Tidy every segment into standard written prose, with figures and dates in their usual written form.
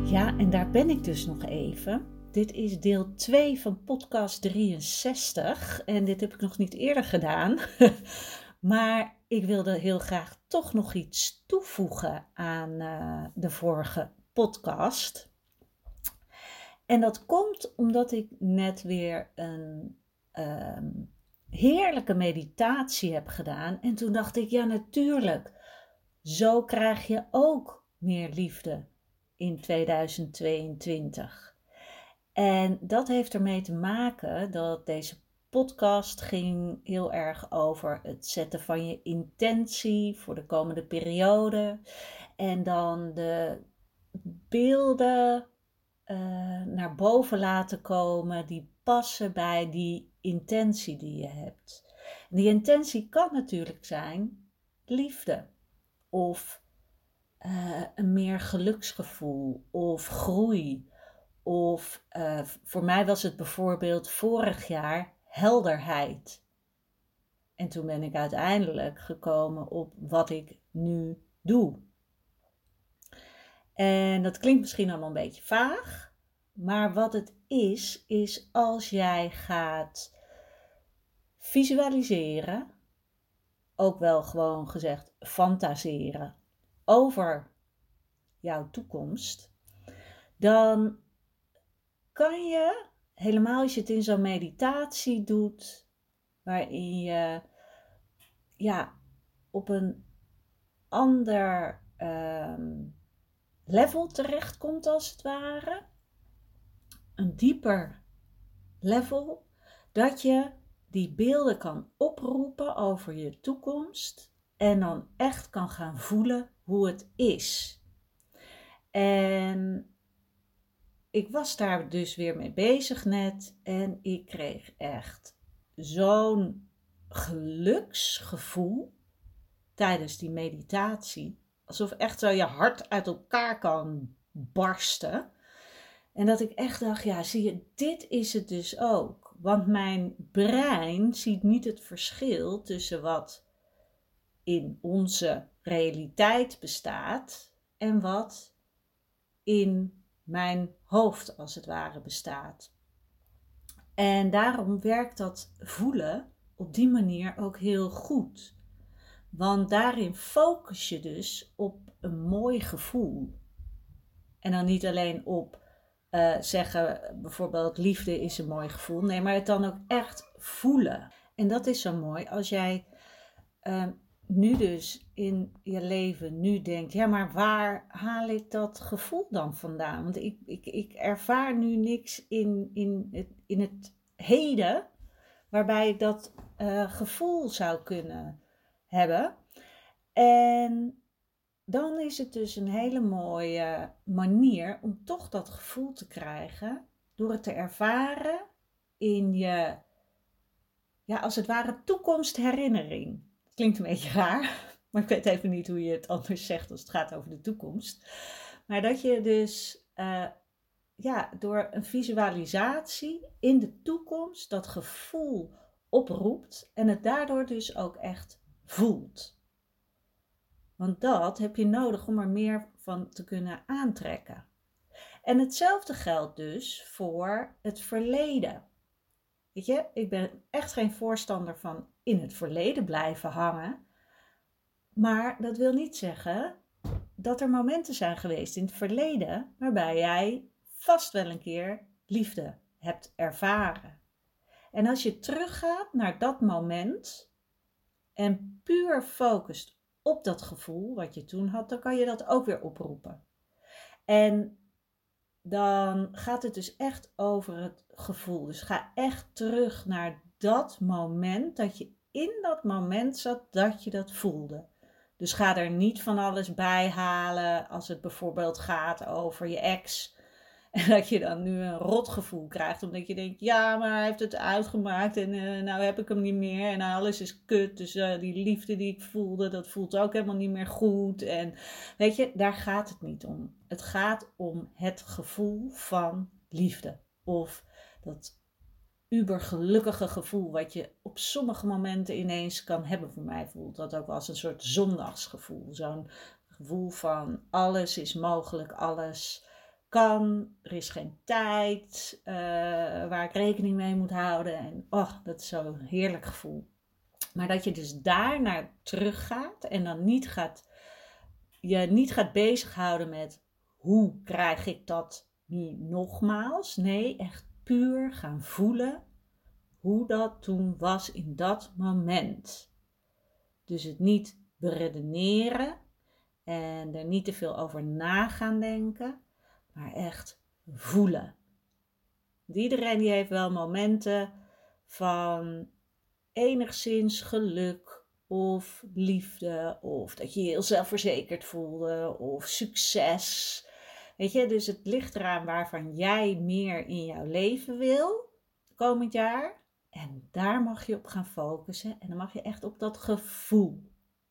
Ja, en daar ben ik dus nog even. Dit is deel 2 van podcast 63 en dit heb ik nog niet eerder gedaan. Maar ik wilde heel graag toch nog iets toevoegen aan de vorige podcast. En dat komt omdat ik net weer een heerlijke meditatie heb gedaan. En toen dacht ik, ja natuurlijk, zo krijg je ook meer liefde in 2022. En dat heeft ermee te maken dat deze podcast ging heel erg over het zetten van je intentie voor de komende periode. En dan de beelden naar boven laten komen die passen bij die intentie die je hebt. En die intentie kan natuurlijk zijn liefde of een meer geluksgevoel of groei. Of voor mij was het bijvoorbeeld vorig jaar helderheid. En toen ben ik uiteindelijk gekomen op wat ik nu doe. En dat klinkt misschien allemaal een beetje vaag. Maar wat het is als jij gaat visualiseren, ook wel gewoon gezegd fantaseren, over jouw toekomst, dan kan je, helemaal als je het in zo'n meditatie doet, waarin je op een ander level terechtkomt als het ware, een dieper level, dat je die beelden kan oproepen over je toekomst en dan echt kan gaan voelen hoe het is. En ik was daar dus weer mee bezig net en ik kreeg echt zo'n geluksgevoel tijdens die meditatie. Alsof echt zo je hart uit elkaar kan barsten. En dat ik echt dacht, ja zie je, dit is het dus ook. Want mijn brein ziet niet het verschil tussen wat in onze realiteit bestaat en wat in mijn hoofd als het ware bestaat. En daarom werkt dat voelen op die manier ook heel goed. Want daarin focus je dus op een mooi gevoel. En dan niet alleen op zeggen bijvoorbeeld liefde is een mooi gevoel. Nee, maar het dan ook echt voelen. En dat is zo mooi als jij nu dus in je leven nu denkt, ja maar waar haal ik dat gevoel dan vandaan? Want ik ervaar nu niks in het heden waarbij ik dat gevoel zou kunnen hebben. En dan is het dus een hele mooie manier om toch dat gevoel te krijgen door het te ervaren in je, ja als het ware toekomstherinnering. Klinkt een beetje raar, maar ik weet even niet hoe je het anders zegt als het gaat over de toekomst. Maar dat je dus door een visualisatie in de toekomst dat gevoel oproept en het daardoor dus ook echt voelt. Want dat heb je nodig om er meer van te kunnen aantrekken. En hetzelfde geldt dus voor het verleden. Weet je, ik ben echt geen voorstander van in het verleden blijven hangen. Maar dat wil niet zeggen dat er momenten zijn geweest in het verleden waarbij jij vast wel een keer liefde hebt ervaren. En als je teruggaat naar dat moment en puur focust op dat gevoel wat je toen had, dan kan je dat ook weer oproepen. En dan gaat het dus echt over het gevoel. Dus ga echt terug naar dat moment dat je in dat moment zat dat je dat voelde. Dus ga er niet van alles bij halen als het bijvoorbeeld gaat over je ex. En dat je dan nu een rotgevoel krijgt. Omdat je denkt, ja, maar hij heeft het uitgemaakt en nou heb ik hem niet meer. En alles is kut. Dus die liefde die ik voelde, dat voelt ook helemaal niet meer goed. En weet je, daar gaat het niet om. Het gaat om het gevoel van liefde. Of dat ubergelukkige gevoel wat je op sommige momenten ineens kan hebben. Voor mij voelt dat ook als een soort zondagsgevoel. Zo'n gevoel van alles is mogelijk, alles kan, er is geen tijd waar ik rekening mee moet houden. En dat is zo'n heerlijk gevoel. Maar dat je dus daar naar terug gaat en dan je niet gaat bezighouden met hoe krijg ik dat nu nogmaals. Nee, echt puur gaan voelen hoe dat toen was in dat moment. Dus het niet beredeneren en er niet te veel over na gaan denken, maar echt voelen. Iedereen die heeft wel momenten van enigszins geluk of liefde of dat je je heel zelfverzekerd voelde of succes. Weet je, dus het ligt eraan waarvan jij meer in jouw leven wil komend jaar. En daar mag je op gaan focussen. En dan mag je echt op dat gevoel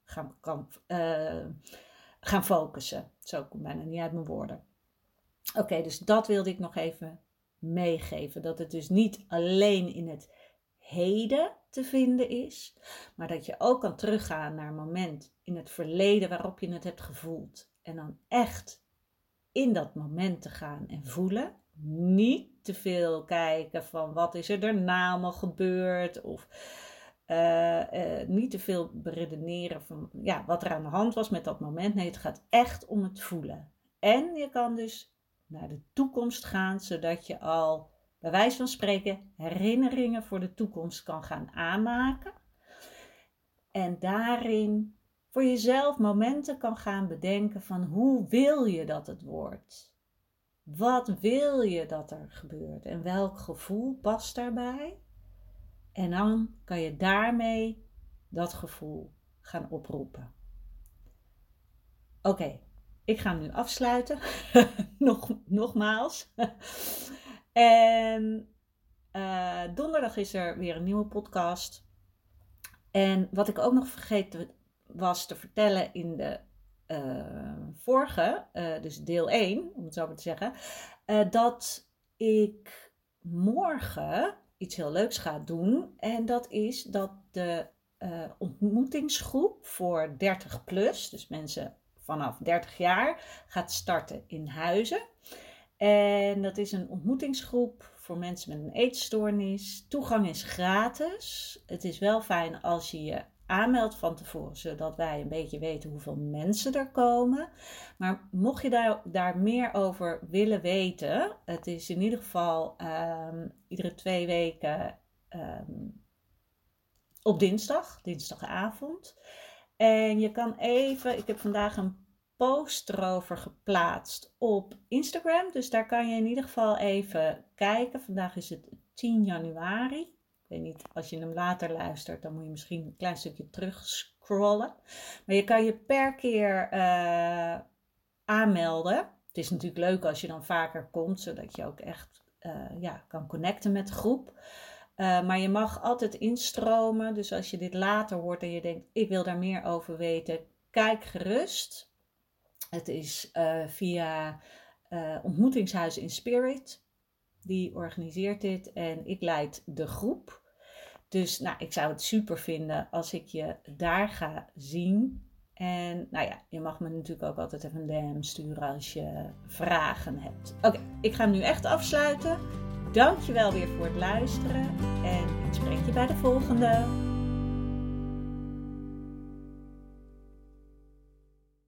gaan focussen. Zo komt bijna niet uit mijn woorden. Oké, dus dat wilde ik nog even meegeven. Dat het dus niet alleen in het heden te vinden is. Maar dat je ook kan teruggaan naar een moment in het verleden waarop je het hebt gevoeld. En dan echt in dat moment te gaan en voelen. Niet te veel kijken van wat is er daarna allemaal gebeurd. Of niet te veel beredeneren van wat er aan de hand was met dat moment. Nee, het gaat echt om het voelen. En je kan dus naar de toekomst gaan, zodat je al bij wijze van spreken herinneringen voor de toekomst kan gaan aanmaken. En daarin voor jezelf momenten kan gaan bedenken van hoe wil je dat het wordt? Wat wil je dat er gebeurt? En welk gevoel past daarbij? En dan kan je daarmee dat gevoel gaan oproepen. Oké, ik ga hem nu afsluiten. Nogmaals. En donderdag is er weer een nieuwe podcast. En wat ik ook nog vergeten was te vertellen in de vorige, dus deel 1, om het zo maar te zeggen, dat ik morgen iets heel leuks ga doen. En dat is dat de ontmoetingsgroep voor 30 plus, dus mensen vanaf 30 jaar, gaat starten in Huizen. En dat is een ontmoetingsgroep voor mensen met een eetstoornis. Toegang is gratis. Het is wel fijn als je je aanmeldt van tevoren, zodat wij een beetje weten hoeveel mensen er komen. Maar mocht je daar meer over willen weten, het is in ieder geval iedere 2 weken op dinsdagavond. En je kan ik heb vandaag een post erover geplaatst op Instagram. Dus daar kan je in ieder geval even kijken. Vandaag is het 10 januari. Ik weet niet, als je hem later luistert, dan moet je misschien een klein stukje terug scrollen. Maar je kan je per keer aanmelden. Het is natuurlijk leuk als je dan vaker komt, zodat je ook echt kan connecten met de groep. Maar je mag altijd instromen. Dus als je dit later hoort en je denkt, ik wil daar meer over weten, kijk gerust. Het is via Ontmoetingshuis in Spirit. Die organiseert dit en ik leid de groep. Dus ik zou het super vinden als ik je daar ga zien. En je mag me natuurlijk ook altijd even een DM sturen als je vragen hebt. Oké, ik ga hem nu echt afsluiten. Dankjewel weer voor het luisteren en ik spreek je bij de volgende.